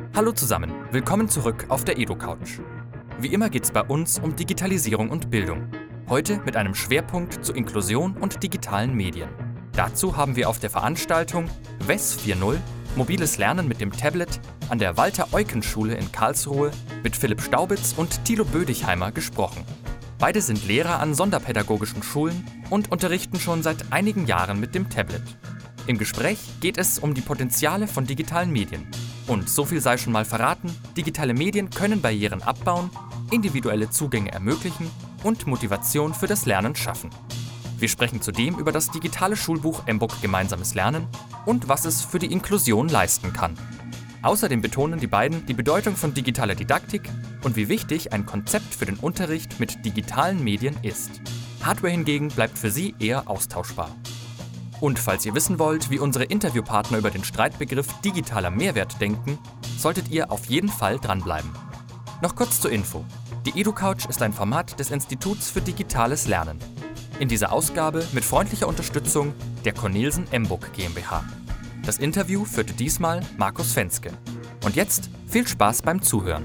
Hallo zusammen, willkommen zurück auf der EduCouch. Wie immer geht es bei uns um Digitalisierung und Bildung. Heute mit einem Schwerpunkt zu Inklusion und digitalen Medien. Dazu haben wir auf der Veranstaltung WES 4.0 Mobiles Lernen mit dem Tablet an der Walter-Eucken-Schule in Karlsruhe mit Philipp Staubitz und Thilo Bödichheimer gesprochen. Beide sind Lehrer an sonderpädagogischen Schulen und unterrichten schon seit einigen Jahren mit dem Tablet. Im Gespräch geht es um die Potenziale von digitalen Medien. Und so viel sei schon mal verraten, digitale Medien können Barrieren abbauen, individuelle Zugänge ermöglichen und Motivation für das Lernen schaffen. Wir sprechen zudem über das digitale Schulbuch MBOK Gemeinsames Lernen und was es für die Inklusion leisten kann. Außerdem betonen die beiden die Bedeutung von digitaler Didaktik und wie wichtig ein Konzept für den Unterricht mit digitalen Medien ist. Hardware hingegen bleibt für sie eher austauschbar. Und falls ihr wissen wollt, wie unsere Interviewpartner über den Streitbegriff digitaler Mehrwert denken, solltet ihr auf jeden Fall dranbleiben. Noch kurz zur Info. Die EduCouch ist ein Format des Instituts für digitales Lernen. In dieser Ausgabe mit freundlicher Unterstützung der Cornelsen MBOK GmbH. Das Interview führte diesmal Markus Fenske. Und jetzt viel Spaß beim Zuhören.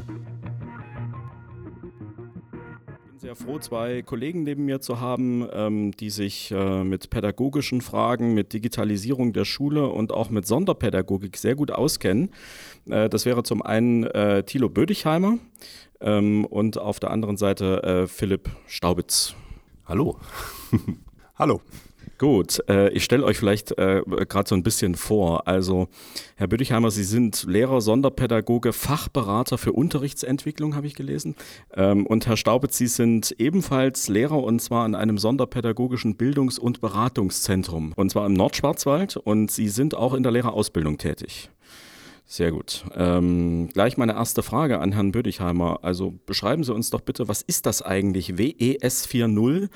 Ich bin sehr froh, zwei Kollegen neben mir zu haben, die sich mit pädagogischen Fragen, mit Digitalisierung der Schule und auch mit Sonderpädagogik sehr gut auskennen. Das wäre zum einen Thilo Bödichheimer und auf der anderen Seite Philipp Staubitz. Hallo. Hallo. Gut, ich stelle euch vielleicht gerade so ein bisschen vor. Also, Herr Bödichheimer, Sie sind Lehrer, Sonderpädagoge, Fachberater für Unterrichtsentwicklung, habe ich gelesen. Und Herr Staubitz, Sie sind ebenfalls Lehrer und zwar in einem sonderpädagogischen Bildungs- und Beratungszentrum. Und zwar im Nordschwarzwald und Sie sind auch in der Lehrerausbildung tätig. Sehr gut. Gleich meine erste Frage an Herrn Bödichheimer. Also beschreiben Sie uns doch bitte, was ist das eigentlich, WES 4.0?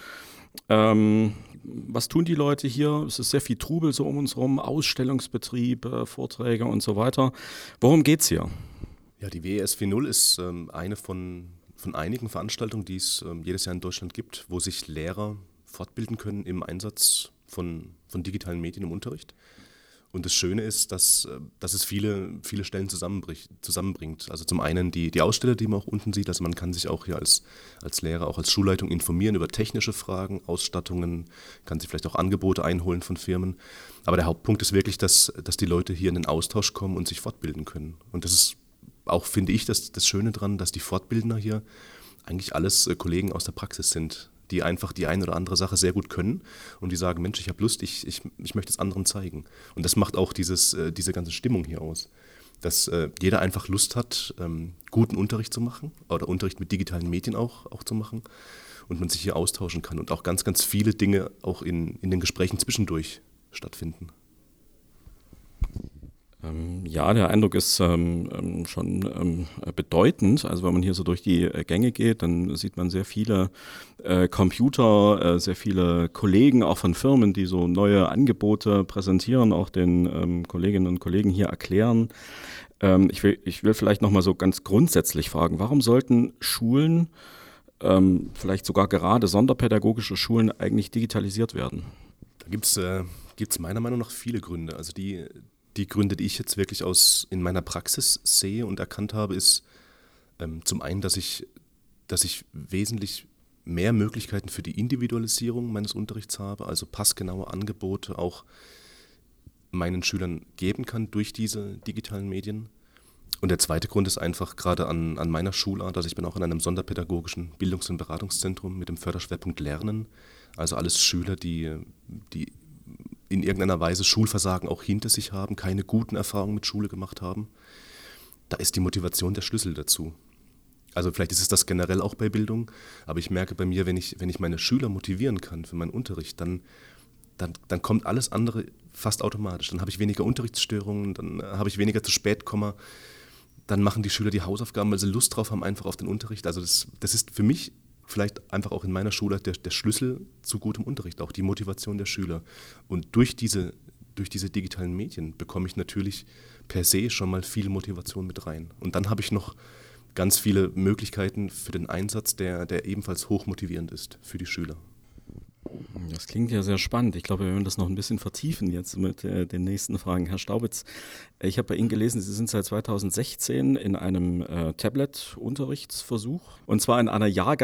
Was tun die Leute hier? Es ist sehr viel Trubel so um uns rum, Ausstellungsbetrieb, Vorträge und so weiter. Worum geht's hier? Ja, die WES 4.0 ist eine von einigen Veranstaltungen, die es jedes Jahr in Deutschland gibt, wo sich Lehrer fortbilden können im Einsatz von digitalen Medien im Unterricht. Und das Schöne ist, dass es viele Stellen zusammenbringt. Also zum einen die Aussteller, die man auch unten sieht. Also man kann sich auch hier als Lehrer, auch als Schulleitung informieren über technische Fragen, Ausstattungen, kann sich vielleicht auch Angebote einholen von Firmen. Aber der Hauptpunkt ist wirklich, dass die Leute hier in den Austausch kommen und sich fortbilden können. Und das ist auch, finde ich, das Schöne dran, dass die Fortbildner hier eigentlich alles Kollegen aus der Praxis sind, die einfach die eine oder andere Sache sehr gut können und die sagen, Mensch, ich habe Lust, ich möchte es anderen zeigen. Und das macht auch diese ganze Stimmung hier aus, dass jeder einfach Lust hat, guten Unterricht zu machen oder Unterricht mit digitalen Medien auch zu machen und man sich hier austauschen kann und auch ganz, ganz viele Dinge auch in den Gesprächen zwischendurch stattfinden. Ja, der Eindruck ist schon bedeutend. Also wenn man hier so durch die Gänge geht, dann sieht man sehr viele Computer, sehr viele Kollegen auch von Firmen, die so neue Angebote präsentieren, auch den Kolleginnen und Kollegen hier erklären. Ich will vielleicht nochmal so ganz grundsätzlich fragen, warum sollten Schulen, vielleicht sogar gerade sonderpädagogische Schulen, eigentlich digitalisiert werden? Da gibt's meiner Meinung nach viele Gründe. Also die Gründe, die ich jetzt wirklich in meiner Praxis sehe und erkannt habe, ist zum einen, dass ich wesentlich mehr Möglichkeiten für die Individualisierung meines Unterrichts habe, also passgenaue Angebote auch meinen Schülern geben kann durch diese digitalen Medien. Und der zweite Grund ist einfach gerade an meiner Schulart, also ich bin auch in einem sonderpädagogischen Bildungs- und Beratungszentrum mit dem Förderschwerpunkt Lernen, also alles Schüler, die in irgendeiner Weise Schulversagen auch hinter sich haben, keine guten Erfahrungen mit Schule gemacht haben, da ist die Motivation der Schlüssel dazu. Also vielleicht ist es das generell auch bei Bildung, aber ich merke bei mir, wenn ich meine Schüler motivieren kann für meinen Unterricht, dann kommt alles andere fast automatisch. Dann habe ich weniger Unterrichtsstörungen, dann habe ich weniger zu spät komme, dann machen die Schüler die Hausaufgaben, weil sie Lust drauf haben, einfach auf den Unterricht. Also das ist für mich vielleicht einfach auch in meiner Schule der Schlüssel zu gutem Unterricht, auch die Motivation der Schüler. Und durch diese digitalen Medien bekomme ich natürlich per se schon mal viel Motivation mit rein. Und dann habe ich noch ganz viele Möglichkeiten für den Einsatz, der ebenfalls hochmotivierend ist für die Schüler. Das klingt ja sehr spannend. Ich glaube, wir werden das noch ein bisschen vertiefen jetzt mit den nächsten Fragen. Herr Staubitz, ich habe bei Ihnen gelesen, Sie sind seit 2016 in einem Tablet-Unterrichtsversuch und zwar in einer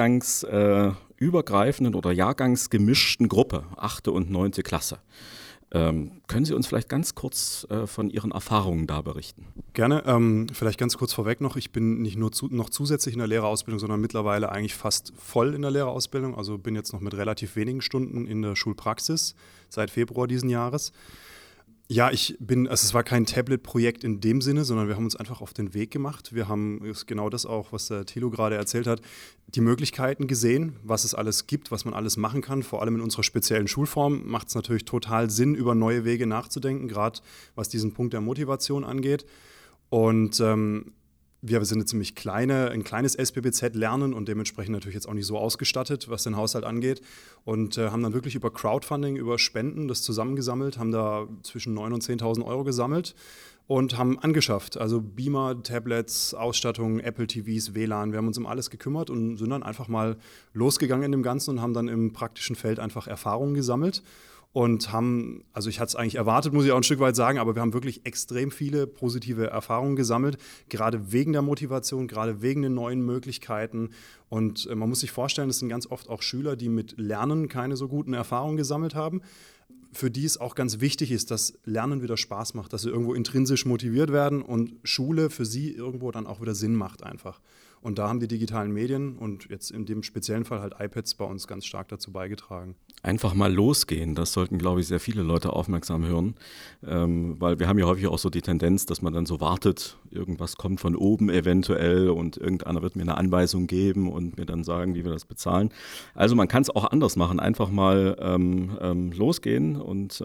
jahrgangsübergreifenden oder jahrgangsgemischten Gruppe, 8. und 9. Klasse. Können Sie uns vielleicht ganz kurz von Ihren Erfahrungen da berichten? Gerne. Vielleicht ganz kurz vorweg noch, ich bin nicht nur noch zusätzlich in der Lehrerausbildung, sondern mittlerweile eigentlich fast voll in der Lehrerausbildung. Also bin jetzt noch mit relativ wenigen Stunden in der Schulpraxis seit Februar diesen Jahres. Ja, es war kein Tablet-Projekt in dem Sinne, sondern wir haben uns einfach auf den Weg gemacht. Wir haben genau das auch, was der Thilo gerade erzählt hat, die Möglichkeiten gesehen, was es alles gibt, was man alles machen kann. Vor allem in unserer speziellen Schulform macht es natürlich total Sinn, über neue Wege nachzudenken, gerade was diesen Punkt der Motivation angeht. Und wir sind ein ziemlich kleines SPBZ lernen und dementsprechend natürlich jetzt auch nicht so ausgestattet, was den Haushalt angeht. Und haben dann wirklich über Crowdfunding, über Spenden das zusammengesammelt, haben da zwischen 9.000 und 10.000 Euro gesammelt und haben angeschafft. Also Beamer, Tablets, Ausstattung, Apple TVs, WLAN. Wir haben uns um alles gekümmert und sind dann einfach mal losgegangen in dem Ganzen und haben dann im praktischen Feld einfach Erfahrungen gesammelt. Und also ich hatte es eigentlich erwartet, muss ich auch ein Stück weit sagen, aber wir haben wirklich extrem viele positive Erfahrungen gesammelt, gerade wegen der Motivation, gerade wegen den neuen Möglichkeiten. Und man muss sich vorstellen, das sind ganz oft auch Schüler, die mit Lernen keine so guten Erfahrungen gesammelt haben, für die es auch ganz wichtig ist, dass Lernen wieder Spaß macht, dass sie irgendwo intrinsisch motiviert werden und Schule für sie irgendwo dann auch wieder Sinn macht einfach. Und da haben die digitalen Medien und jetzt in dem speziellen Fall halt iPads bei uns ganz stark dazu beigetragen. Einfach mal losgehen, das sollten, glaube ich, sehr viele Leute aufmerksam hören, weil wir haben ja häufig auch so die Tendenz, dass man dann so wartet, irgendwas kommt von oben eventuell und irgendeiner wird mir eine Anweisung geben und mir dann sagen, wie wir das bezahlen. Also man kann es auch anders machen, einfach mal losgehen und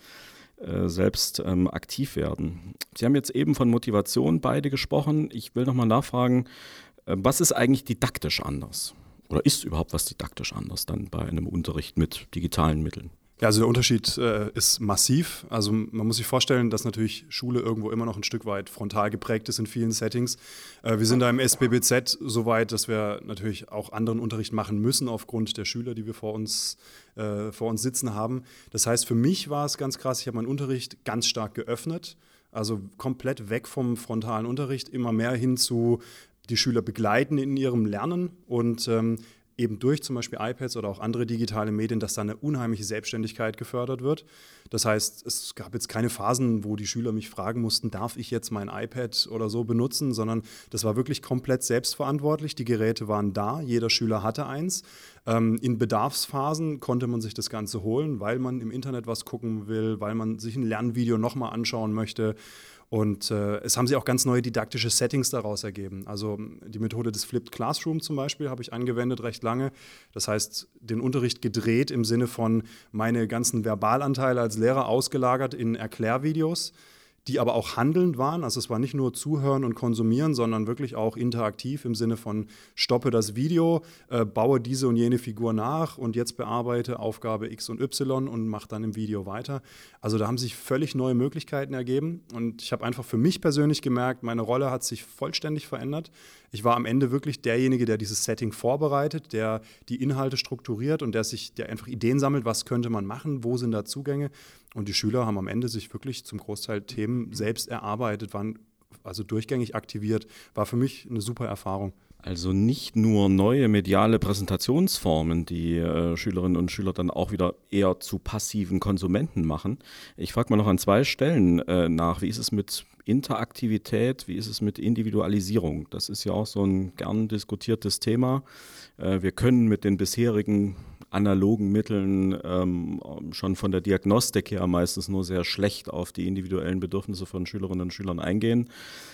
selbst aktiv werden. Sie haben jetzt eben von Motivation beide gesprochen. Ich will nochmal nachfragen, was ist eigentlich didaktisch anders? Oder ist überhaupt was didaktisch anders dann bei einem Unterricht mit digitalen Mitteln? Ja, also der Unterschied ist massiv. Also man muss sich vorstellen, dass natürlich Schule irgendwo immer noch ein Stück weit frontal geprägt ist in vielen Settings. Wir sind da im SPBZ so weit, dass wir natürlich auch anderen Unterricht machen müssen aufgrund der Schüler, die wir vor uns sitzen haben. Das heißt, für mich war es ganz krass, ich habe meinen Unterricht ganz stark geöffnet. Also komplett weg vom frontalen Unterricht, immer mehr hin zu die Schüler begleiten in ihrem Lernen und eben durch zum Beispiel iPads oder auch andere digitale Medien, dass da eine unheimliche Selbstständigkeit gefördert wird. Das heißt, es gab jetzt keine Phasen, wo die Schüler mich fragen mussten, darf ich jetzt mein iPad oder so benutzen, sondern das war wirklich komplett selbstverantwortlich. Die Geräte waren da, jeder Schüler hatte eins. In Bedarfsphasen konnte man sich das Ganze holen, weil man im Internet was gucken will, weil man sich ein Lernvideo nochmal anschauen möchte. Und es haben sich auch ganz neue didaktische Settings daraus ergeben. Also die Methode des Flipped Classroom zum Beispiel habe ich angewendet recht lange. Das heißt, den Unterricht gedreht im Sinne von meine ganzen Verbalanteile als Lehrer ausgelagert in Erklärvideos, die aber auch handelnd waren. Also es war nicht nur Zuhören und Konsumieren, sondern wirklich auch interaktiv im Sinne von stoppe das Video, baue diese und jene Figur nach und jetzt bearbeite Aufgabe X und Y und mache dann im Video weiter. Also da haben sich völlig neue Möglichkeiten ergeben und ich habe einfach für mich persönlich gemerkt, meine Rolle hat sich vollständig verändert. Ich war am Ende wirklich derjenige, der dieses Setting vorbereitet, der die Inhalte strukturiert und der einfach Ideen sammelt, was könnte man machen, wo sind da Zugänge. Und die Schüler haben am Ende sich wirklich zum Großteil Themen selbst erarbeitet, waren also durchgängig aktiviert. War für mich eine super Erfahrung. Also nicht nur neue mediale Präsentationsformen, die Schülerinnen und Schüler dann auch wieder eher zu passiven Konsumenten machen. Ich frage mal noch an 2 Stellen nach, wie ist es mit Interaktivität, wie ist es mit Individualisierung? Das ist ja auch so ein gern diskutiertes Thema. Wir können mit den bisherigen analogen Mitteln schon von der Diagnostik her meistens nur sehr schlecht auf die individuellen Bedürfnisse von Schülerinnen und Schülern eingehen.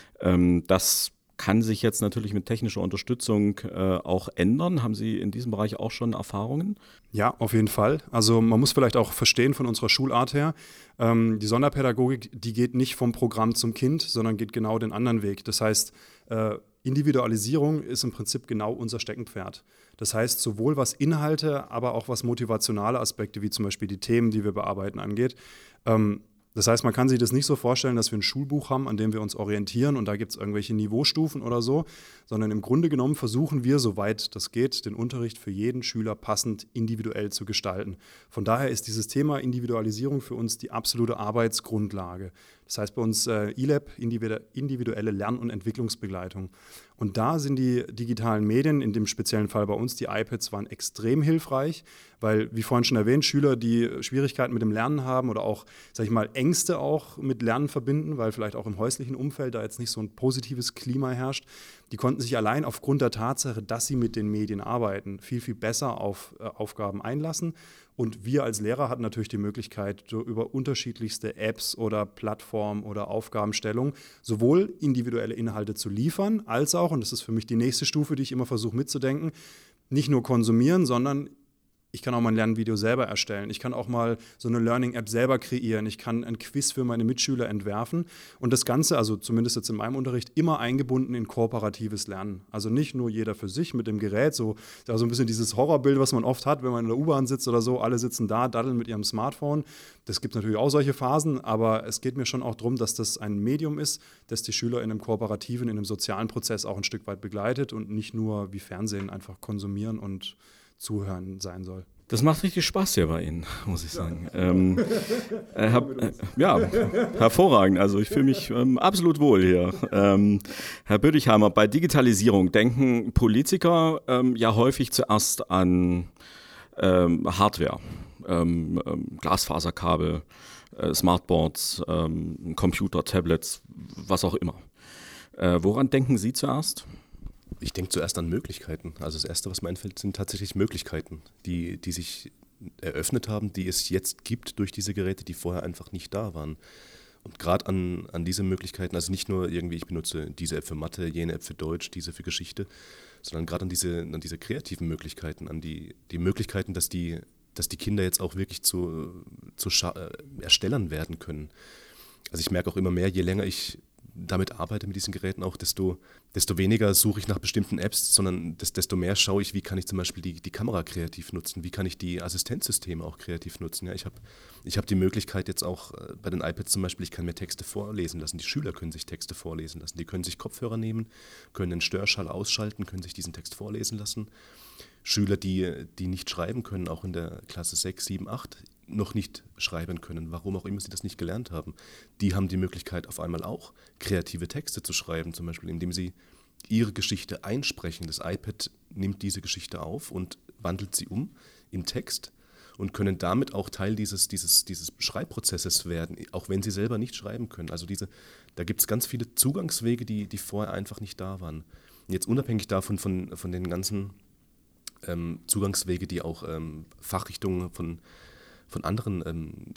Das kann sich jetzt natürlich mit technischer Unterstützung auch ändern. Haben Sie in diesem Bereich auch schon Erfahrungen? Ja, auf jeden Fall. Also man muss vielleicht auch verstehen von unserer Schulart her, die Sonderpädagogik, die geht nicht vom Programm zum Kind, sondern geht genau den anderen Weg. Das heißt, Individualisierung ist im Prinzip genau unser Steckenpferd. Das heißt, sowohl was Inhalte, aber auch was motivationale Aspekte, wie zum Beispiel die Themen, die wir bearbeiten, angeht, Das heißt, man kann sich das nicht so vorstellen, dass wir ein Schulbuch haben, an dem wir uns orientieren und da gibt es irgendwelche Niveaustufen oder so, sondern im Grunde genommen versuchen wir, soweit das geht, den Unterricht für jeden Schüler passend individuell zu gestalten. Von daher ist dieses Thema Individualisierung für uns die absolute Arbeitsgrundlage. Das heißt bei uns E-Lab, individuelle Lern- und Entwicklungsbegleitung. Und da sind die digitalen Medien, in dem speziellen Fall bei uns die iPads, waren extrem hilfreich, weil, wie vorhin schon erwähnt, Schüler, die Schwierigkeiten mit dem Lernen haben oder auch, sag ich mal, Ängste auch mit Lernen verbinden, weil vielleicht auch im häuslichen Umfeld da jetzt nicht so ein positives Klima herrscht, die konnten sich allein aufgrund der Tatsache, dass sie mit den Medien arbeiten, viel, viel besser auf Aufgaben einlassen. Und wir als Lehrer hatten natürlich die Möglichkeit, über unterschiedlichste Apps oder Plattformen oder Aufgabenstellungen sowohl individuelle Inhalte zu liefern, als auch, und das ist für mich die nächste Stufe, die ich immer versuche mitzudenken, nicht nur konsumieren, sondern ich kann auch mal ein Lernvideo selber erstellen. Ich kann auch mal so eine Learning-App selber kreieren. Ich kann ein Quiz für meine Mitschüler entwerfen. Und das Ganze, also zumindest jetzt in meinem Unterricht, immer eingebunden in kooperatives Lernen. Also nicht nur jeder für sich mit dem Gerät, so ein bisschen dieses Horrorbild, was man oft hat, wenn man in der U-Bahn sitzt oder so. Alle sitzen da, daddeln mit ihrem Smartphone. Das gibt natürlich auch solche Phasen, aber es geht mir schon auch darum, dass das ein Medium ist, das die Schüler in einem kooperativen, in einem sozialen Prozess auch ein Stück weit begleitet und nicht nur wie Fernsehen einfach konsumieren und zuhören sein soll. Das macht richtig Spaß hier bei Ihnen, muss ich sagen. Hervorragend. Also ich fühle mich absolut wohl hier. Herr Bödichheimer, bei Digitalisierung denken Politiker ja häufig zuerst an Hardware, Glasfaserkabel, Smartboards, Computer, Tablets, was auch immer. Woran denken Sie zuerst? Ich denke zuerst an Möglichkeiten. Also das Erste, was mir einfällt, sind tatsächlich Möglichkeiten, die sich eröffnet haben, die es jetzt gibt durch diese Geräte, die vorher einfach nicht da waren. Und gerade an diese Möglichkeiten, also nicht nur irgendwie, ich benutze diese App für Mathe, jene App für Deutsch, diese für Geschichte, sondern gerade an diese kreativen Möglichkeiten, an die Möglichkeiten, dass die Kinder jetzt auch wirklich zu Erstellern werden können. Also ich merke auch immer mehr, je länger ich damit arbeite mit diesen Geräten auch, desto weniger suche ich nach bestimmten Apps, sondern desto mehr schaue ich, wie kann ich zum Beispiel die Kamera kreativ nutzen, wie kann ich die Assistenzsysteme auch kreativ nutzen. Ja, ich hab die Möglichkeit jetzt auch bei den iPads zum Beispiel, ich kann mir Texte vorlesen lassen, die Schüler können sich Texte vorlesen lassen, die können sich Kopfhörer nehmen, können den Störschall ausschalten, können sich diesen Text vorlesen lassen. Schüler, die nicht schreiben können, auch in der Klasse 6, 7, 8, noch nicht schreiben können, warum auch immer sie das nicht gelernt haben, die haben die Möglichkeit auf einmal auch kreative Texte zu schreiben, zum Beispiel indem sie ihre Geschichte einsprechen. Das iPad nimmt diese Geschichte auf und wandelt sie um in Text und können damit auch Teil dieses Schreibprozesses werden, auch wenn sie selber nicht schreiben können. Also da gibt es ganz viele Zugangswege, die vorher einfach nicht da waren. Jetzt unabhängig davon von den ganzen Zugangswege, die auch Fachrichtungen von anderen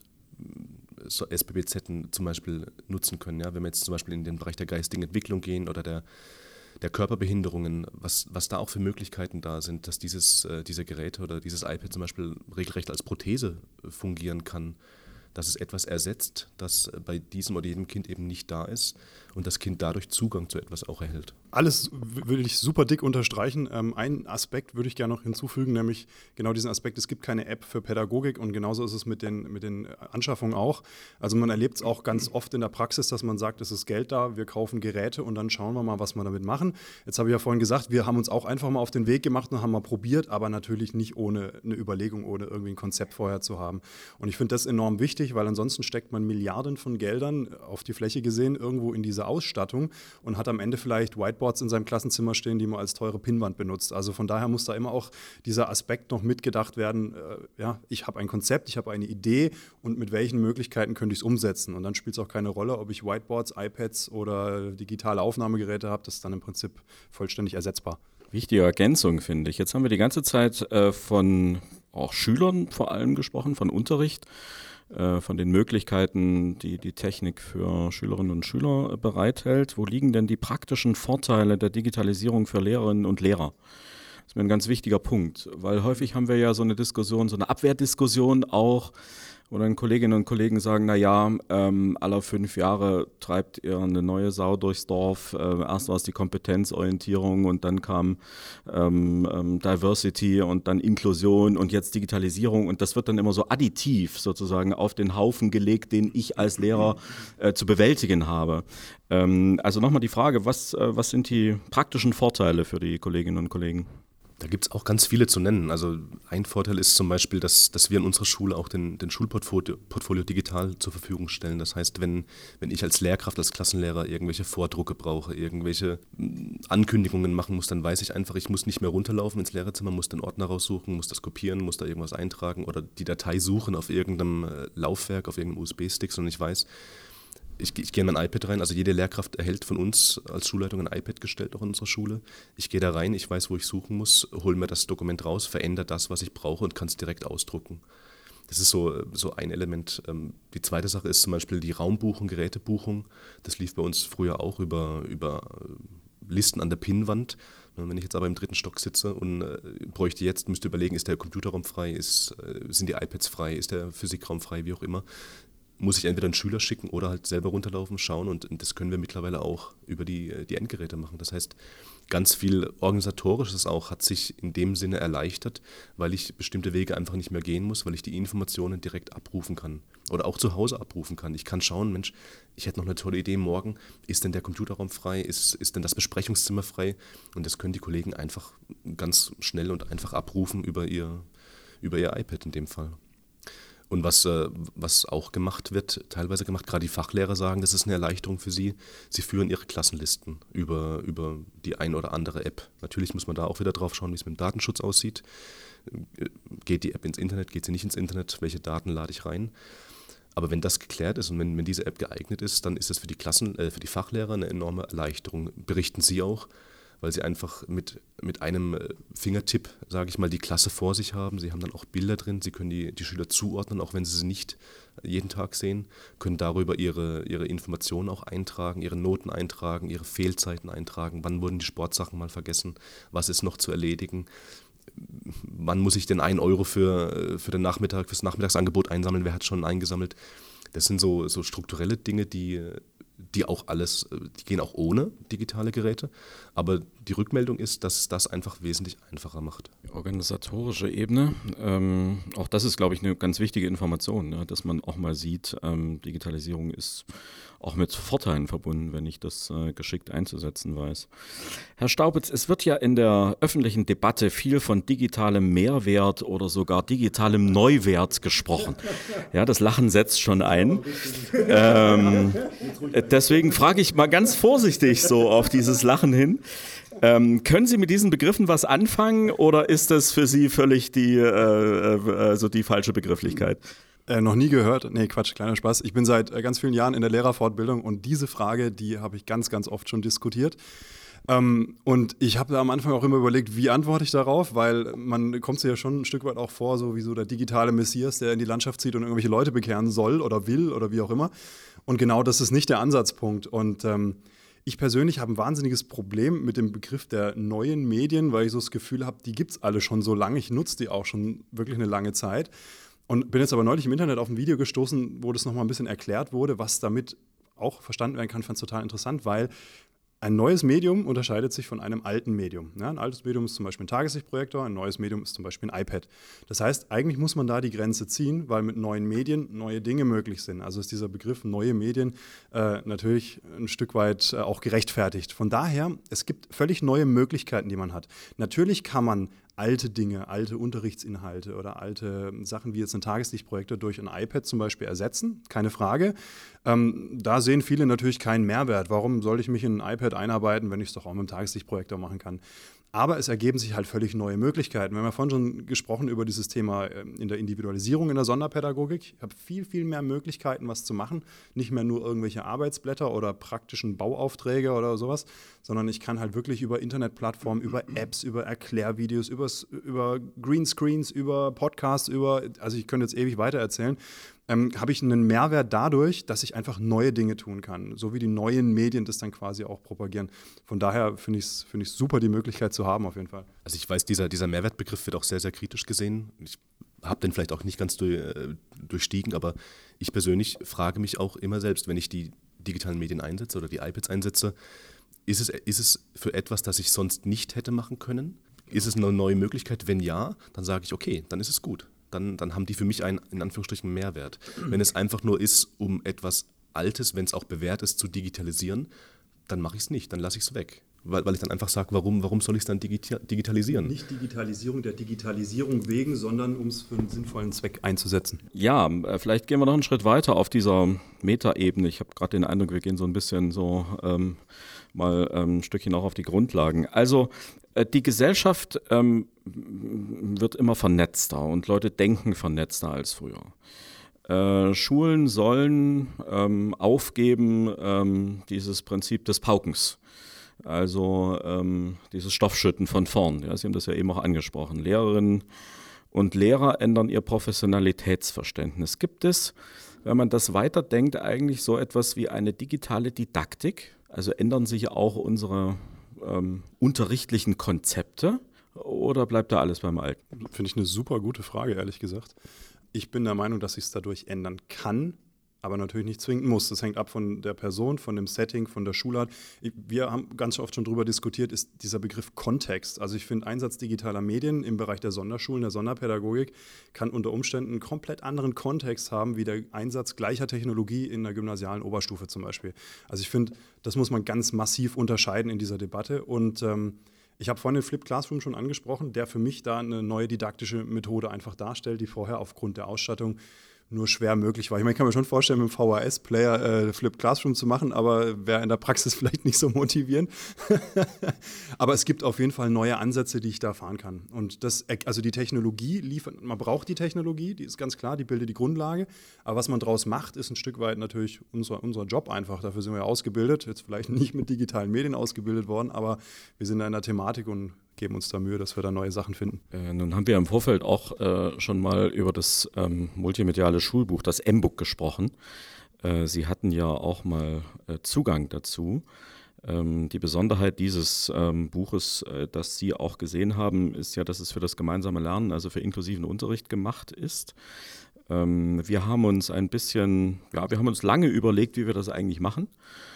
SBBZ zum Beispiel nutzen können. Ja? Wenn wir jetzt zum Beispiel in den Bereich der geistigen Entwicklung gehen oder der Körperbehinderungen, was da auch für Möglichkeiten da sind, dass diese Geräte oder dieses iPad zum Beispiel regelrecht als Prothese fungieren kann, dass es etwas ersetzt, das bei diesem oder jedem Kind eben nicht da ist und das Kind dadurch Zugang zu etwas auch erhält. Alles würde ich super dick unterstreichen. Einen Aspekt würde ich gerne noch hinzufügen, nämlich genau diesen Aspekt, es gibt keine App für Pädagogik und genauso ist es mit den Anschaffungen auch. Also man erlebt es auch ganz oft in der Praxis, dass man sagt, es ist Geld da, wir kaufen Geräte und dann schauen wir mal, was wir damit machen. Jetzt habe ich ja vorhin gesagt, wir haben uns auch einfach mal auf den Weg gemacht und haben mal probiert, aber natürlich nicht ohne eine Überlegung, ohne irgendwie ein Konzept vorher zu haben. Und ich finde das enorm wichtig, weil ansonsten steckt man Milliarden von Geldern auf die Fläche gesehen irgendwo in diese Ausstattung und hat am Ende vielleicht Whiteboards in seinem Klassenzimmer stehen, die man als teure Pinnwand benutzt. Also von daher muss da immer auch dieser Aspekt noch mitgedacht werden, ich habe ein Konzept, ich habe eine Idee und mit welchen Möglichkeiten könnte ich es umsetzen. Und dann spielt es auch keine Rolle, ob ich Whiteboards, iPads oder digitale Aufnahmegeräte habe, das ist dann im Prinzip vollständig ersetzbar. Wichtige Ergänzung, finde ich. Jetzt haben wir die ganze Zeit von auch Schülern vor allem gesprochen, von Unterricht, von den Möglichkeiten, die die Technik für Schülerinnen und Schüler bereithält. Wo liegen denn die praktischen Vorteile der Digitalisierung für Lehrerinnen und Lehrer? Das ist mir ein ganz wichtiger Punkt, weil häufig haben wir ja so eine Diskussion, so eine Abwehrdiskussion auch, wo dann Kolleginnen und Kollegen sagen, alle 5 Jahre treibt ihr eine neue Sau durchs Dorf. Erst war es die Kompetenzorientierung und dann kam Diversity und dann Inklusion und jetzt Digitalisierung. Und das wird dann immer so additiv sozusagen auf den Haufen gelegt, den ich als Lehrer zu bewältigen habe. Also nochmal die Frage, was sind die praktischen Vorteile für die Kolleginnen und Kollegen? Da gibt es auch ganz viele zu nennen. Also ein Vorteil ist zum Beispiel, dass wir in unserer Schule auch den Schulportfolio digital zur Verfügung stellen. Das heißt, wenn ich als Lehrkraft, als Klassenlehrer irgendwelche Vordrucke brauche, irgendwelche Ankündigungen machen muss, dann weiß ich einfach, ich muss nicht mehr runterlaufen ins Lehrerzimmer, muss den Ordner raussuchen, muss das kopieren, muss da irgendwas eintragen oder die Datei suchen auf irgendeinem Laufwerk, auf irgendeinem USB-Stick, sondern ich weiß, ich gehe in mein iPad rein, also jede Lehrkraft erhält von uns als Schulleitung ein iPad gestellt, auch in unserer Schule. Ich gehe da rein, ich weiß, wo ich suchen muss, hole mir das Dokument raus, verändere das, was ich brauche und kann es direkt ausdrucken. Das ist so ein Element. Die zweite Sache ist zum Beispiel die Raumbuchung, Gerätebuchung. Das lief bei uns früher auch über Listen an der Pinnwand. Wenn ich jetzt aber im 3. Stock sitze und müsste überlegen, ist der Computerraum frei, sind die iPads frei, ist der Physikraum frei, wie auch immer, muss ich entweder einen Schüler schicken oder halt selber runterlaufen, schauen und das können wir mittlerweile auch über die Endgeräte machen. Das heißt, ganz viel Organisatorisches auch hat sich in dem Sinne erleichtert, weil ich bestimmte Wege einfach nicht mehr gehen muss, weil ich die Informationen direkt abrufen kann oder auch zu Hause abrufen kann. Ich kann schauen, Mensch, ich hätte noch eine tolle Idee morgen, ist denn der Computerraum frei, ist denn das Besprechungszimmer frei? Und das können die Kollegen einfach ganz schnell und einfach abrufen über ihr iPad in dem Fall. Und was auch teilweise gemacht, gerade die Fachlehrer sagen, das ist eine Erleichterung für sie. Sie führen ihre Klassenlisten über die ein oder andere App. Natürlich muss man da auch wieder drauf schauen, wie es mit dem Datenschutz aussieht. Geht die App ins Internet, geht sie nicht ins Internet, welche Daten lade ich rein? Aber wenn das geklärt ist und wenn diese App geeignet ist, dann ist das für die Fachlehrer eine enorme Erleichterung. Berichten sie auch, weil sie einfach mit einem Fingertipp, sage ich mal, die Klasse vor sich haben. Sie haben dann auch Bilder drin, sie können die Schüler zuordnen, auch wenn sie sie nicht jeden Tag sehen, können darüber ihre Informationen auch eintragen, ihre Noten eintragen, ihre Fehlzeiten eintragen, wann wurden die Sportsachen mal vergessen, was ist noch zu erledigen, wann muss ich denn 1 Euro für den Nachmittag, fürs Nachmittagsangebot einsammeln, wer hat schon eingesammelt. Das sind so strukturelle Dinge, die gehen auch ohne digitale Geräte, aber die Rückmeldung ist, dass das einfach wesentlich einfacher macht. Die organisatorische Ebene, auch das ist, glaube ich, eine ganz wichtige Information, ne? Dass man auch mal sieht, Digitalisierung ist auch mit Vorteilen verbunden, wenn ich das geschickt einzusetzen weiß. Herr Staupitz, es wird ja in der öffentlichen Debatte viel von digitalem Mehrwert oder sogar digitalem Neuwert gesprochen. Ja, das Lachen setzt schon ein. Deswegen frage ich mal ganz vorsichtig so auf dieses Lachen hin. Können Sie mit diesen Begriffen was anfangen oder ist das für Sie völlig die falsche Begrifflichkeit? Noch nie gehört. Nee, Quatsch, kleiner Spaß. Ich bin seit ganz vielen Jahren in der Lehrerfortbildung und diese Frage, die habe ich ganz, ganz oft schon diskutiert. Und ich habe da am Anfang auch immer überlegt, wie antworte ich darauf, weil man kommt sich ja schon ein Stück weit auch vor, so wie so der digitale Messias, der in die Landschaft zieht und irgendwelche Leute bekehren soll oder will oder wie auch immer. Und genau das ist nicht der Ansatzpunkt. Und ich persönlich habe ein wahnsinniges Problem mit dem Begriff der neuen Medien, weil ich so das Gefühl habe, die gibt es alle schon so lange. Ich nutze die auch schon wirklich eine lange Zeit. Und bin jetzt aber neulich im Internet auf ein Video gestoßen, wo das nochmal ein bisschen erklärt wurde, was damit auch verstanden werden kann. Ich fand es total interessant, weil ein neues Medium unterscheidet sich von einem alten Medium. Ja, ein altes Medium ist zum Beispiel ein Tageslichtprojektor, ein neues Medium ist zum Beispiel ein iPad. Das heißt, eigentlich muss man da die Grenze ziehen, weil mit neuen Medien neue Dinge möglich sind. Also ist dieser Begriff neue Medien natürlich ein Stück weit auch gerechtfertigt. Von daher, es gibt völlig neue Möglichkeiten, die man hat. Natürlich kann man alte Dinge, alte Unterrichtsinhalte oder alte Sachen wie jetzt ein Tageslichtprojektor durch ein iPad zum Beispiel ersetzen, keine Frage. Da sehen viele natürlich keinen Mehrwert. Warum soll ich mich in ein iPad einarbeiten, wenn ich es doch auch mit einem Tageslichtprojektor machen kann? Aber es ergeben sich halt völlig neue Möglichkeiten. Wir haben ja vorhin schon gesprochen über dieses Thema in der Individualisierung in der Sonderpädagogik. Ich habe viel, viel mehr Möglichkeiten, was zu machen. Nicht mehr nur irgendwelche Arbeitsblätter oder praktischen Bauaufträge oder sowas, sondern ich kann halt wirklich über Internetplattformen, über Apps, über Erklärvideos, über Greenscreens, über Podcasts, also ich könnte jetzt ewig weiter erzählen, habe ich einen Mehrwert dadurch, dass ich einfach neue Dinge tun kann, so wie die neuen Medien das dann quasi auch propagieren. Von daher finde ich es super, die Möglichkeit zu haben auf jeden Fall. Also ich weiß, dieser Mehrwertbegriff wird auch sehr, sehr kritisch gesehen. Ich habe den vielleicht auch nicht ganz durchstiegen, aber ich persönlich frage mich auch immer selbst, wenn ich die digitalen Medien einsetze oder die iPads einsetze, ist es für etwas, das ich sonst nicht hätte machen können? Ist es eine neue Möglichkeit? Wenn ja, dann sage ich, okay, dann ist es gut. Dann haben die für mich einen, in Anführungsstrichen, Mehrwert. Wenn es einfach nur ist, um etwas Altes, wenn es auch bewährt ist, zu digitalisieren, dann mache ich es nicht, dann lasse ich es weg. Weil ich dann einfach sage, warum soll ich es dann digitalisieren? Nicht Digitalisierung der Digitalisierung wegen, sondern um es für einen sinnvollen Zweck einzusetzen. Ja, vielleicht gehen wir noch einen Schritt weiter auf dieser Metaebene. Ich habe gerade den Eindruck, wir gehen so ein bisschen so mal ein Stückchen auch auf die Grundlagen. Also die Gesellschaft wird immer vernetzter und Leute denken vernetzter als früher. Schulen sollen aufgeben dieses Prinzip des Paukens. Also dieses Stoffschütten von vorn. Ja, Sie haben das ja eben auch angesprochen. Lehrerinnen und Lehrer ändern ihr Professionalitätsverständnis. Gibt es, wenn man das weiterdenkt, eigentlich so etwas wie eine digitale Didaktik? Also ändern sich auch unsere unterrichtlichen Konzepte oder bleibt da alles beim Alten? Finde ich eine super gute Frage, ehrlich gesagt. Ich bin der Meinung, dass sich es dadurch ändern kann, aber natürlich nicht zwingend muss. Das hängt ab von der Person, von dem Setting, von der Schulart. Wir haben ganz oft schon darüber diskutiert, ist dieser Begriff Kontext. Also ich finde, Einsatz digitaler Medien im Bereich der Sonderschulen, der Sonderpädagogik, kann unter Umständen einen komplett anderen Kontext haben, wie der Einsatz gleicher Technologie in der gymnasialen Oberstufe zum Beispiel. Also ich finde, das muss man ganz massiv unterscheiden in dieser Debatte. Und ich habe vorhin den Flipped Classroom schon angesprochen, der für mich da eine neue didaktische Methode einfach darstellt, die vorher aufgrund der Ausstattung nur schwer möglich war. Ich meine, ich kann mir schon vorstellen, mit dem VHS-Player Flipped Classroom zu machen, aber wäre in der Praxis vielleicht nicht so motivierend. Aber es gibt auf jeden Fall neue Ansätze, die ich da fahren kann. Und also die Technologie liefert, man braucht die Technologie, die ist ganz klar, die bildet die Grundlage. Aber was man daraus macht, ist ein Stück weit natürlich unser Job einfach. Dafür sind wir ja ausgebildet, jetzt vielleicht nicht mit digitalen Medien ausgebildet worden, aber wir sind da in der Thematik und geben uns da Mühe, dass wir da neue Sachen finden. Nun haben wir im Vorfeld auch schon mal über das multimediale Schulbuch, das M-Book, gesprochen. Sie hatten ja auch mal Zugang dazu. Die Besonderheit dieses Buches, das Sie auch gesehen haben, ist ja, dass es für das gemeinsame Lernen, also für inklusiven Unterricht gemacht ist. Wir haben uns wir haben uns lange überlegt, wie wir das eigentlich machen.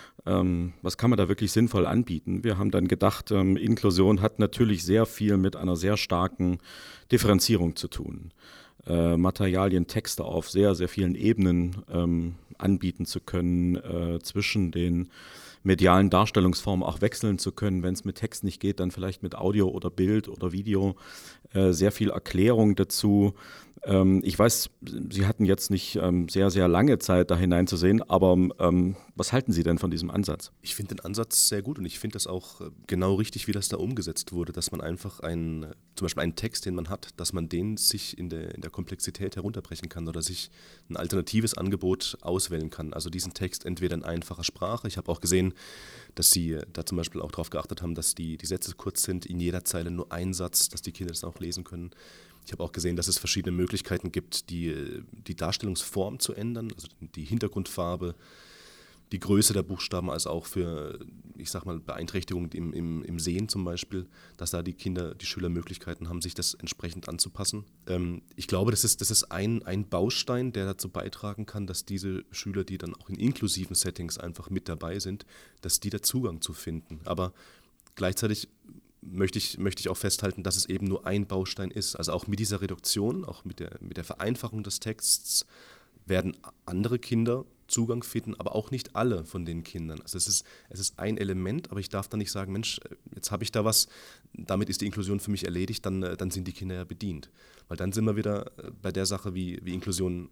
Was kann man da wirklich sinnvoll anbieten? Wir haben dann gedacht, Inklusion hat natürlich sehr viel mit einer sehr starken Differenzierung zu tun. Materialien, Texte auf sehr, sehr vielen Ebenen anbieten zu können, zwischen den medialen Darstellungsformen auch wechseln zu können. Wenn es mit Text nicht geht, dann vielleicht mit Audio oder Bild oder Video. Sehr viel Erklärung dazu. Ich weiß, Sie hatten jetzt nicht sehr, sehr lange Zeit, da hineinzusehen, aber was halten Sie denn von diesem Ansatz? Ich finde den Ansatz sehr gut und ich finde das auch genau richtig, wie das da umgesetzt wurde, dass man einfach zum Beispiel einen Text, den man hat, dass man den sich in der Komplexität herunterbrechen kann oder sich ein alternatives Angebot auswählen kann. Also diesen Text entweder in einfacher Sprache. Ich habe auch gesehen, dass Sie da zum Beispiel auch darauf geachtet haben, dass die Sätze kurz sind, in jeder Zeile nur ein Satz, dass die Kinder das auch lesen können. Ich habe auch gesehen, dass es verschiedene Möglichkeiten gibt, die Darstellungsform zu ändern, also die Hintergrundfarbe, die Größe der Buchstaben, als auch für, ich sag mal, Beeinträchtigungen im Sehen zum Beispiel, dass da die Schüler Möglichkeiten haben, sich das entsprechend anzupassen. Ich glaube, das ist ein Baustein, der dazu beitragen kann, dass diese Schüler, die dann auch in inklusiven Settings einfach mit dabei sind, dass die da Zugang zu finden. Aber gleichzeitig möchte ich auch festhalten, dass es eben nur ein Baustein ist. Also auch mit dieser Reduktion, auch mit der Vereinfachung des Texts werden andere Kinder Zugang finden, aber auch nicht alle von den Kindern. Also es ist ein Element, aber ich darf dann nicht sagen, Mensch, jetzt habe ich da was, damit ist die Inklusion für mich erledigt, dann sind die Kinder ja bedient. Weil dann sind wir wieder bei der Sache, wie ich Inklusion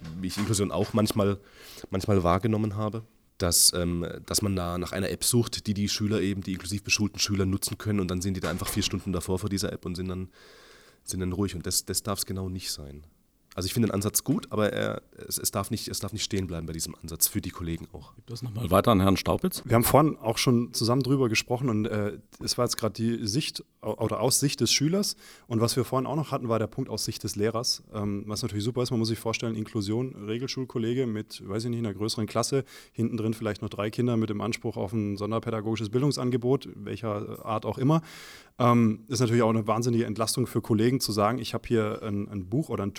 auch manchmal wahrgenommen habe. Dass man da nach einer App sucht, die Schüler eben, die inklusiv beschulten Schüler nutzen können und dann sind die da einfach 4 Stunden davor vor dieser App und sind dann ruhig und das darf es genau nicht sein. Also ich finde den Ansatz gut, aber es darf nicht stehen bleiben bei diesem Ansatz, für die Kollegen auch. Gibt das nochmal weiter an Herrn Staupitz? Wir haben vorhin auch schon zusammen drüber gesprochen und es war jetzt gerade die Sicht oder aus Sicht des Schülers und was wir vorhin auch noch hatten, war der Punkt aus Sicht des Lehrers, was natürlich super ist, man muss sich vorstellen, Inklusion, Regelschulkollege mit, weiß ich nicht, einer größeren Klasse, hinten drin vielleicht noch 3 Kinder mit dem Anspruch auf ein sonderpädagogisches Bildungsangebot, welcher Art auch immer, ist natürlich auch eine wahnsinnige Entlastung für Kollegen zu sagen, ich habe hier ein Buch oder ein Tool in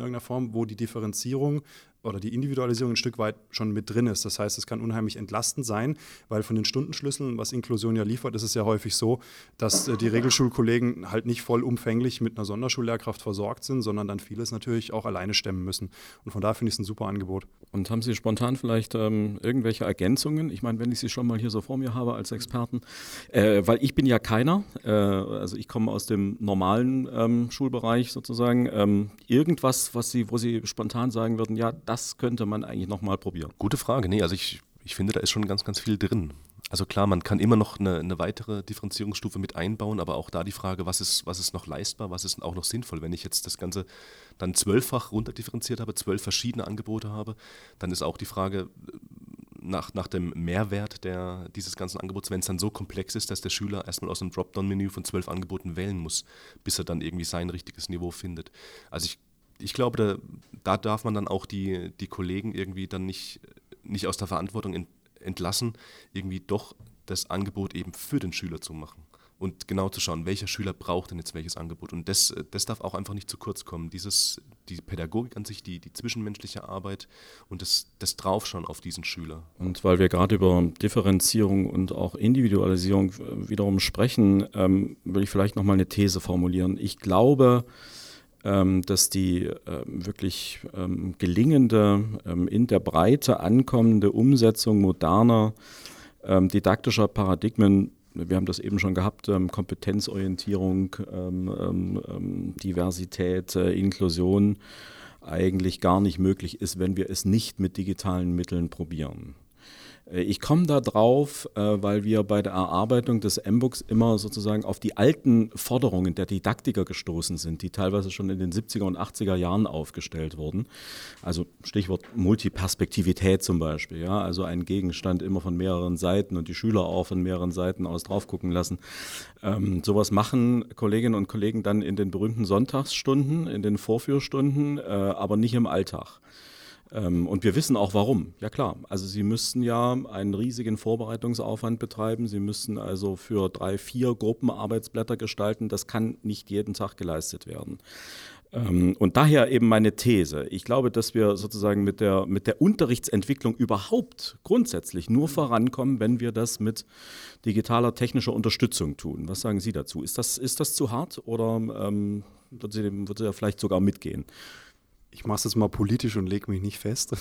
irgendeiner Form, wo die Differenzierung oder die Individualisierung ein Stück weit schon mit drin ist. Das heißt, es kann unheimlich entlastend sein, weil von den Stundenschlüsseln, was Inklusion ja liefert, ist es ja häufig so, dass die Regelschulkollegen halt nicht vollumfänglich mit einer Sonderschullehrkraft versorgt sind, sondern dann vieles natürlich auch alleine stemmen müssen. Und von daher finde ich es ein super Angebot. Und haben Sie spontan vielleicht irgendwelche Ergänzungen? Ich meine, wenn ich Sie schon mal hier so vor mir habe als Experten, weil ich bin ja keiner, also ich komme aus dem normalen Schulbereich sozusagen. Irgendwas, wo Sie spontan sagen würden, ja, das könnte man eigentlich nochmal probieren. Gute Frage. Nee, also ich finde, da ist schon ganz, ganz viel drin. Also klar, man kann immer noch eine weitere Differenzierungsstufe mit einbauen, aber auch da die Frage, was ist noch leistbar, was ist auch noch sinnvoll. Wenn ich jetzt das Ganze dann 12-fach runterdifferenziert habe, 12 verschiedene Angebote habe, dann ist auch die Frage nach dem Mehrwert dieses ganzen Angebots, wenn es dann so komplex ist, dass der Schüler erstmal aus einem Dropdown-Menü von 12 Angeboten wählen muss, bis er dann irgendwie sein richtiges Niveau findet. Also ich glaube, da darf man dann auch die Kollegen irgendwie dann nicht aus der Verantwortung entlassen, irgendwie doch das Angebot eben für den Schüler zu machen und genau zu schauen, welcher Schüler braucht denn jetzt welches Angebot. Und das darf auch einfach nicht zu kurz kommen. Die Pädagogik an sich, die zwischenmenschliche Arbeit und das Draufschauen auf diesen Schüler. Und weil wir gerade über Differenzierung und auch Individualisierung wiederum sprechen, will ich vielleicht nochmal eine These formulieren. Ich glaube, dass die wirklich gelingende, in der Breite ankommende Umsetzung moderner didaktischer Paradigmen, wir haben das eben schon gehabt, Kompetenzorientierung, Diversität, Inklusion, eigentlich gar nicht möglich ist, wenn wir es nicht mit digitalen Mitteln probieren. Ich komme da drauf, weil wir bei der Erarbeitung des M-Books immer sozusagen auf die alten Forderungen der Didaktiker gestoßen sind, die teilweise schon in den 70er und 80er Jahren aufgestellt wurden. Also Stichwort Multiperspektivität zum Beispiel, ja, also ein Gegenstand immer von mehreren Seiten und die Schüler auch von mehreren Seiten aus drauf gucken lassen. Sowas machen Kolleginnen und Kollegen dann in den berühmten Sonntagsstunden, in den Vorführstunden, aber nicht im Alltag. Und wir wissen auch warum. Ja klar, also Sie müssten ja einen riesigen Vorbereitungsaufwand betreiben. Sie müssten also für 3, 4 Gruppenarbeitsblätter gestalten. Das kann nicht jeden Tag geleistet werden. Und daher eben meine These. Ich glaube, dass wir sozusagen mit der Unterrichtsentwicklung überhaupt grundsätzlich nur vorankommen, wenn wir das mit digitaler technischer Unterstützung tun. Was sagen Sie dazu? Ist das zu hart oder würde Sie ja vielleicht sogar mitgehen? Ich mache es jetzt mal politisch und lege mich nicht fest.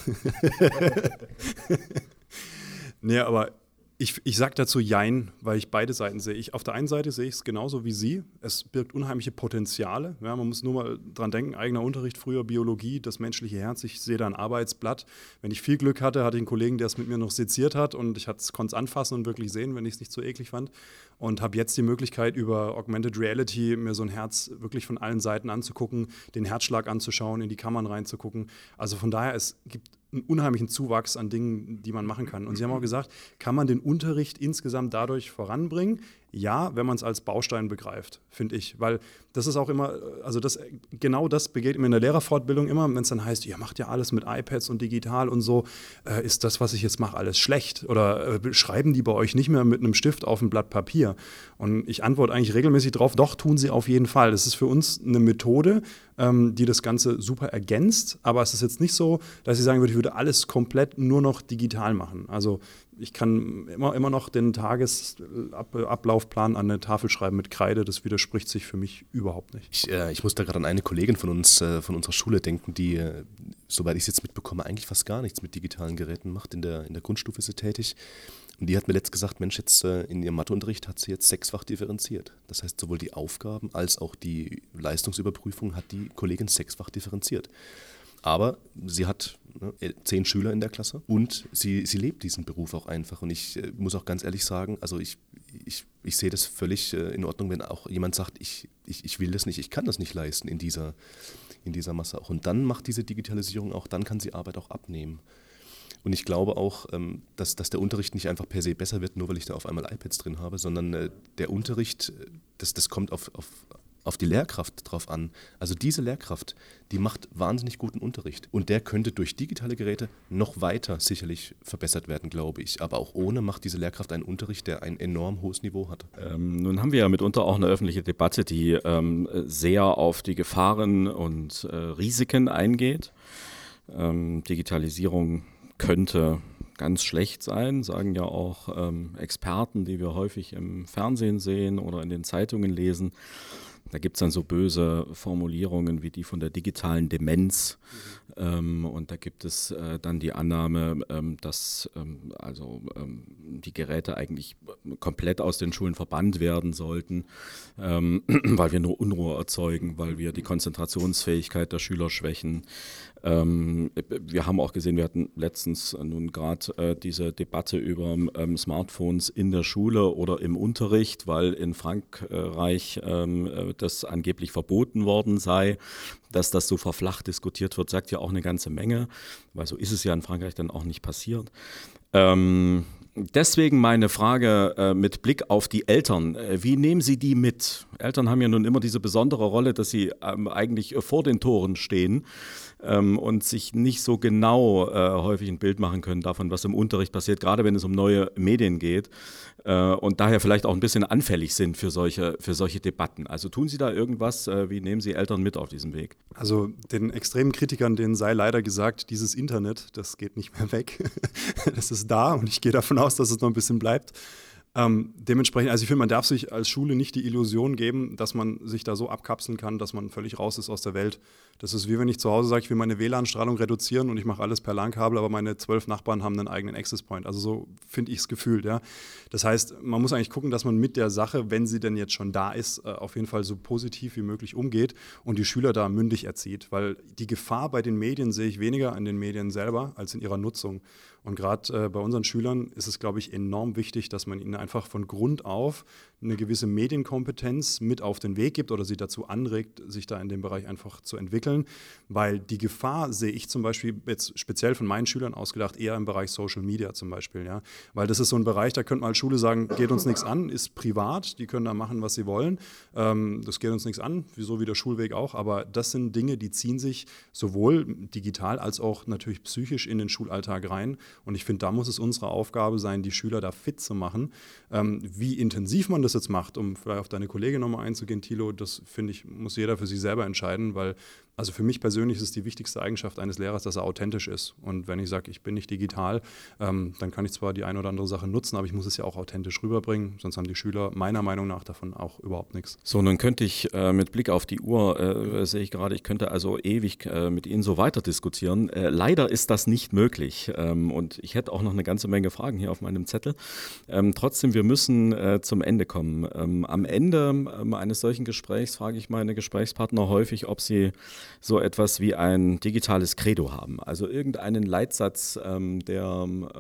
Nee, aber ich sage dazu Jein, weil ich beide Seiten sehe. Auf der einen Seite sehe ich es genauso wie Sie. Es birgt unheimliche Potenziale. Ja, man muss nur mal dran denken, eigener Unterricht, früher Biologie, das menschliche Herz. Ich sehe da ein Arbeitsblatt. Wenn ich viel Glück hatte ich einen Kollegen, der es mit mir noch seziert hat und ich konnte es anfassen und wirklich sehen, wenn ich es nicht so eklig fand. Und habe jetzt die Möglichkeit, über Augmented Reality mir so ein Herz wirklich von allen Seiten anzugucken, den Herzschlag anzuschauen, in die Kammern reinzugucken. Also von daher, es gibt einen unheimlichen Zuwachs an Dingen, die man machen kann. Und Sie haben auch gesagt, kann man den Unterricht insgesamt dadurch voranbringen? Ja, wenn man es als Baustein begreift, finde ich. Weil das ist auch immer, also genau das begegnet mir in der Lehrerfortbildung immer, wenn es dann heißt, ihr macht ja alles mit iPads und digital und so, ist das, was ich jetzt mache, alles schlecht? Oder schreiben die bei euch nicht mehr mit einem Stift auf ein Blatt Papier? Und ich antworte eigentlich regelmäßig drauf, doch, tun sie auf jeden Fall. Das ist für uns eine Methode, die das Ganze super ergänzt, aber es ist jetzt nicht so, dass ich sagen würde, ich würde alles komplett nur noch digital machen. Also ich kann immer noch den Tagesablaufplan an eine Tafel schreiben mit Kreide. Das widerspricht sich für mich überhaupt nicht. Ich muss da gerade an eine Kollegin von uns, von unserer Schule denken, die, soweit ich es jetzt mitbekomme, eigentlich fast gar nichts mit digitalen Geräten macht. In der Grundstufe ist sie tätig. Und die hat mir letzt gesagt, Mensch, jetzt in ihrem Matheunterricht hat sie jetzt 6-fach differenziert. Das heißt, sowohl die Aufgaben als auch die Leistungsüberprüfung hat die Kollegin 6-fach differenziert. Aber sie hat 10 Schüler in der Klasse und sie lebt diesen Beruf auch einfach. Und ich muss auch ganz ehrlich sagen, also ich sehe das völlig in Ordnung, wenn auch jemand sagt, ich will das nicht, ich kann das nicht leisten in dieser Masse auch. Und dann macht diese Digitalisierung auch, dann kann sie Arbeit auch abnehmen. Und ich glaube auch, dass der Unterricht nicht einfach per se besser wird, nur weil ich da auf einmal iPads drin habe, sondern der Unterricht, das kommt auf auf die Lehrkraft drauf an. Also diese Lehrkraft, die macht wahnsinnig guten Unterricht. Und der könnte durch digitale Geräte noch weiter sicherlich verbessert werden, glaube ich. Aber auch ohne macht diese Lehrkraft einen Unterricht, der ein enorm hohes Niveau hat. Nun haben wir ja mitunter auch eine öffentliche Debatte, die sehr auf die Gefahren und Risiken eingeht. Digitalisierung könnte ganz schlecht sein, sagen ja auch Experten, die wir häufig im Fernsehen sehen oder in den Zeitungen lesen. Da gibt es dann so böse Formulierungen wie die von der digitalen Demenz. Und da gibt es dann die Annahme, dass die Geräte eigentlich komplett aus den Schulen verbannt werden sollten, weil wir nur Unruhe erzeugen, weil wir die Konzentrationsfähigkeit der Schüler schwächen. Wir haben auch gesehen, wir hatten letztens nun gerade diese Debatte über Smartphones in der Schule oder im Unterricht, weil in Frankreich das angeblich verboten worden sei. Dass das so verflacht diskutiert wird, sagt ja auch eine ganze Menge, weil so ist es ja in Frankreich dann auch nicht passiert. Deswegen meine Frage mit Blick auf die Eltern. Wie nehmen Sie die mit? Eltern haben ja nun immer diese besondere Rolle, dass sie eigentlich vor den Toren stehen und sich nicht so genau häufig ein Bild machen können davon, was im Unterricht passiert, gerade wenn es um neue Medien geht und daher vielleicht auch ein bisschen anfällig sind für solche Debatten. Also tun Sie da irgendwas? Wie nehmen Sie Eltern mit auf diesem Weg? Also den extremen Kritikern, denen sei leider gesagt, dieses Internet, das geht nicht mehr weg. Das ist da und ich gehe davon aus, dass es noch ein bisschen bleibt. Dementsprechend, also ich finde, man darf sich als Schule nicht die Illusion geben, dass man sich da so abkapseln kann, dass man völlig raus ist aus der Welt. Das ist wie wenn ich zu Hause sage, ich will meine WLAN-Strahlung reduzieren und ich mache alles per LAN-Kabel, aber meine 12 Nachbarn haben einen eigenen Access-Point. Also so finde ich es gefühlt. Ja. Das heißt, man muss eigentlich gucken, dass man mit der Sache, wenn sie denn jetzt schon da ist, auf jeden Fall so positiv wie möglich umgeht und die Schüler da mündig erzieht. Weil die Gefahr bei den Medien sehe ich weniger an den Medien selber als in ihrer Nutzung. Und gerade bei unseren Schülern ist es, glaube ich, enorm wichtig, dass man ihnen einfach von Grund auf eine gewisse Medienkompetenz mit auf den Weg gibt oder sie dazu anregt, sich da in dem Bereich einfach zu entwickeln. Weil die Gefahr sehe ich zum Beispiel jetzt speziell von meinen Schülern ausgedacht eher im Bereich Social Media zum Beispiel. Ja? Weil das ist so ein Bereich, da könnte man als Schule sagen, geht uns nichts an, ist privat, die können da machen, was sie wollen. Das geht uns nichts an, so wie der Schulweg auch. Aber das sind Dinge, die ziehen sich sowohl digital als auch natürlich psychisch in den Schulalltag rein. Und ich finde, da muss es unsere Aufgabe sein, die Schüler da fit zu machen. Wie intensiv man das jetzt macht, um vielleicht auf deine Kollegin nochmal einzugehen, Thilo, das finde ich, muss jeder für sich selber entscheiden, weil also für mich persönlich ist es die wichtigste Eigenschaft eines Lehrers, dass er authentisch ist. Und wenn ich sage, ich bin nicht digital, dann kann ich zwar die eine oder andere Sache nutzen, aber ich muss es ja auch authentisch rüberbringen, sonst haben die Schüler meiner Meinung nach davon auch überhaupt nichts. So, nun könnte ich mit Blick auf die Uhr, sehe ich gerade, ich könnte also ewig mit Ihnen so weiter diskutieren. Leider ist das nicht möglich und ich hätte auch noch eine ganze Menge Fragen hier auf meinem Zettel. Trotzdem, wir müssen zum Ende kommen. Am Ende eines solchen Gesprächs frage ich meine Gesprächspartner häufig, ob sie so etwas wie ein digitales Credo haben. Also irgendeinen Leitsatz, der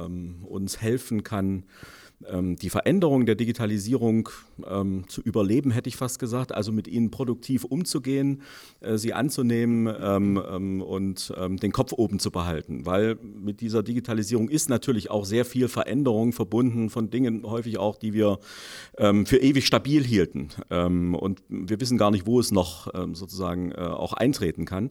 uns helfen kann, die Veränderung der Digitalisierung zu überleben, hätte ich fast gesagt, also mit ihnen produktiv umzugehen, sie anzunehmen und den Kopf oben zu behalten, weil mit dieser Digitalisierung ist natürlich auch sehr viel Veränderung verbunden von Dingen häufig auch, die wir für ewig stabil hielten und wir wissen gar nicht, wo es noch sozusagen auch eintreten kann.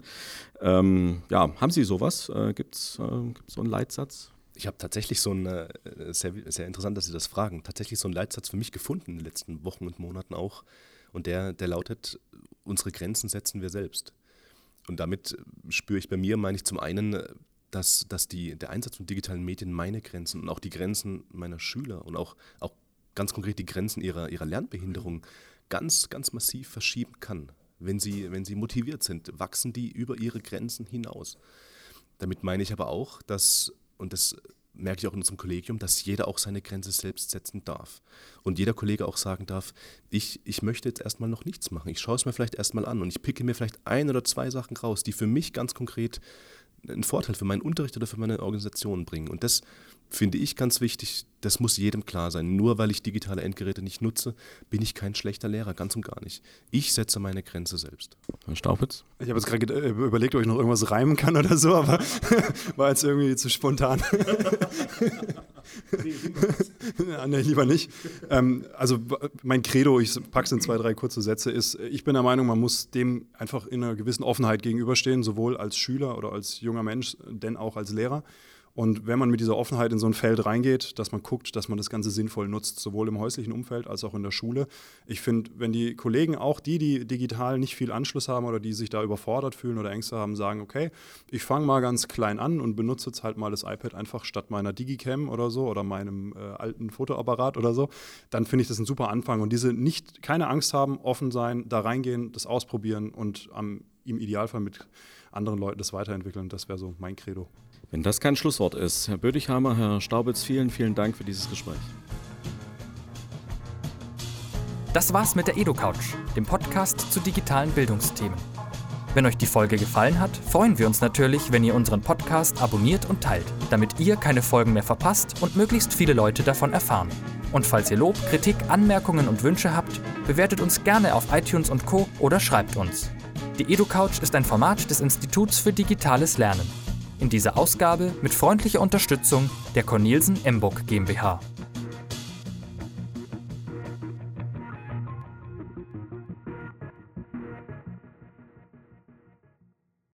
Ja, haben Sie sowas? Gibt's so einen Leitsatz? Ich habe tatsächlich so einen, sehr interessant, dass Sie das fragen, tatsächlich so einen Leitsatz für mich gefunden in den letzten Wochen und Monaten auch. Und der lautet, unsere Grenzen setzen wir selbst. Und damit spüre ich bei mir, meine ich zum einen, dass der Einsatz von digitalen Medien meine Grenzen und auch die Grenzen meiner Schüler und auch ganz konkret die Grenzen ihrer Lernbehinderung ganz, ganz massiv verschieben kann. Wenn sie motiviert sind, wachsen die über ihre Grenzen hinaus. Damit meine ich aber auch, und das merke ich auch in unserem Kollegium, dass jeder auch seine Grenze selbst setzen darf. Und jeder Kollege auch sagen darf, ich möchte jetzt erstmal noch nichts machen. Ich schaue es mir vielleicht erstmal an und ich picke mir vielleicht 1 oder 2 Sachen raus, die für mich ganz konkret einen Vorteil für meinen Unterricht oder für meine Organisation bringen. Und das finde ich ganz wichtig, das muss jedem klar sein. Nur weil ich digitale Endgeräte nicht nutze, bin ich kein schlechter Lehrer, ganz und gar nicht. Ich setze meine Grenze selbst. Herr Staupitz? Ich habe jetzt gerade überlegt, ob ich noch irgendwas reimen kann oder so, aber war jetzt irgendwie zu spontan. Nee, lieber nicht. Also mein Credo, ich packe es in 2, 3 kurze Sätze, ist, ich bin der Meinung, man muss dem einfach in einer gewissen Offenheit gegenüberstehen, sowohl als Schüler oder als junger Mensch, denn auch als Lehrer. Und wenn man mit dieser Offenheit in so ein Feld reingeht, dass man guckt, dass man das Ganze sinnvoll nutzt, sowohl im häuslichen Umfeld als auch in der Schule. Ich finde, wenn die Kollegen, auch die digital nicht viel Anschluss haben oder die sich da überfordert fühlen oder Ängste haben, sagen, okay, ich fange mal ganz klein an und benutze jetzt halt mal das iPad einfach statt meiner Digicam oder so oder meinem alten Fotoapparat oder so, dann finde ich das ein super Anfang. Und diese keine Angst haben, offen sein, da reingehen, das ausprobieren und im Idealfall mit anderen Leuten das weiterentwickeln, das wäre so mein Credo. Wenn das kein Schlusswort ist, Herr Bödichheimer, Herr Staubitz, vielen, vielen Dank für dieses Gespräch. Das war's mit der EduCouch, dem Podcast zu digitalen Bildungsthemen. Wenn euch die Folge gefallen hat, freuen wir uns natürlich, wenn ihr unseren Podcast abonniert und teilt, damit ihr keine Folgen mehr verpasst und möglichst viele Leute davon erfahren. Und falls ihr Lob, Kritik, Anmerkungen und Wünsche habt, bewertet uns gerne auf iTunes und Co. oder schreibt uns. Die EduCouch ist ein Format des Instituts für digitales Lernen. In dieser Ausgabe mit freundlicher Unterstützung der Cornelsen Emburg GmbH.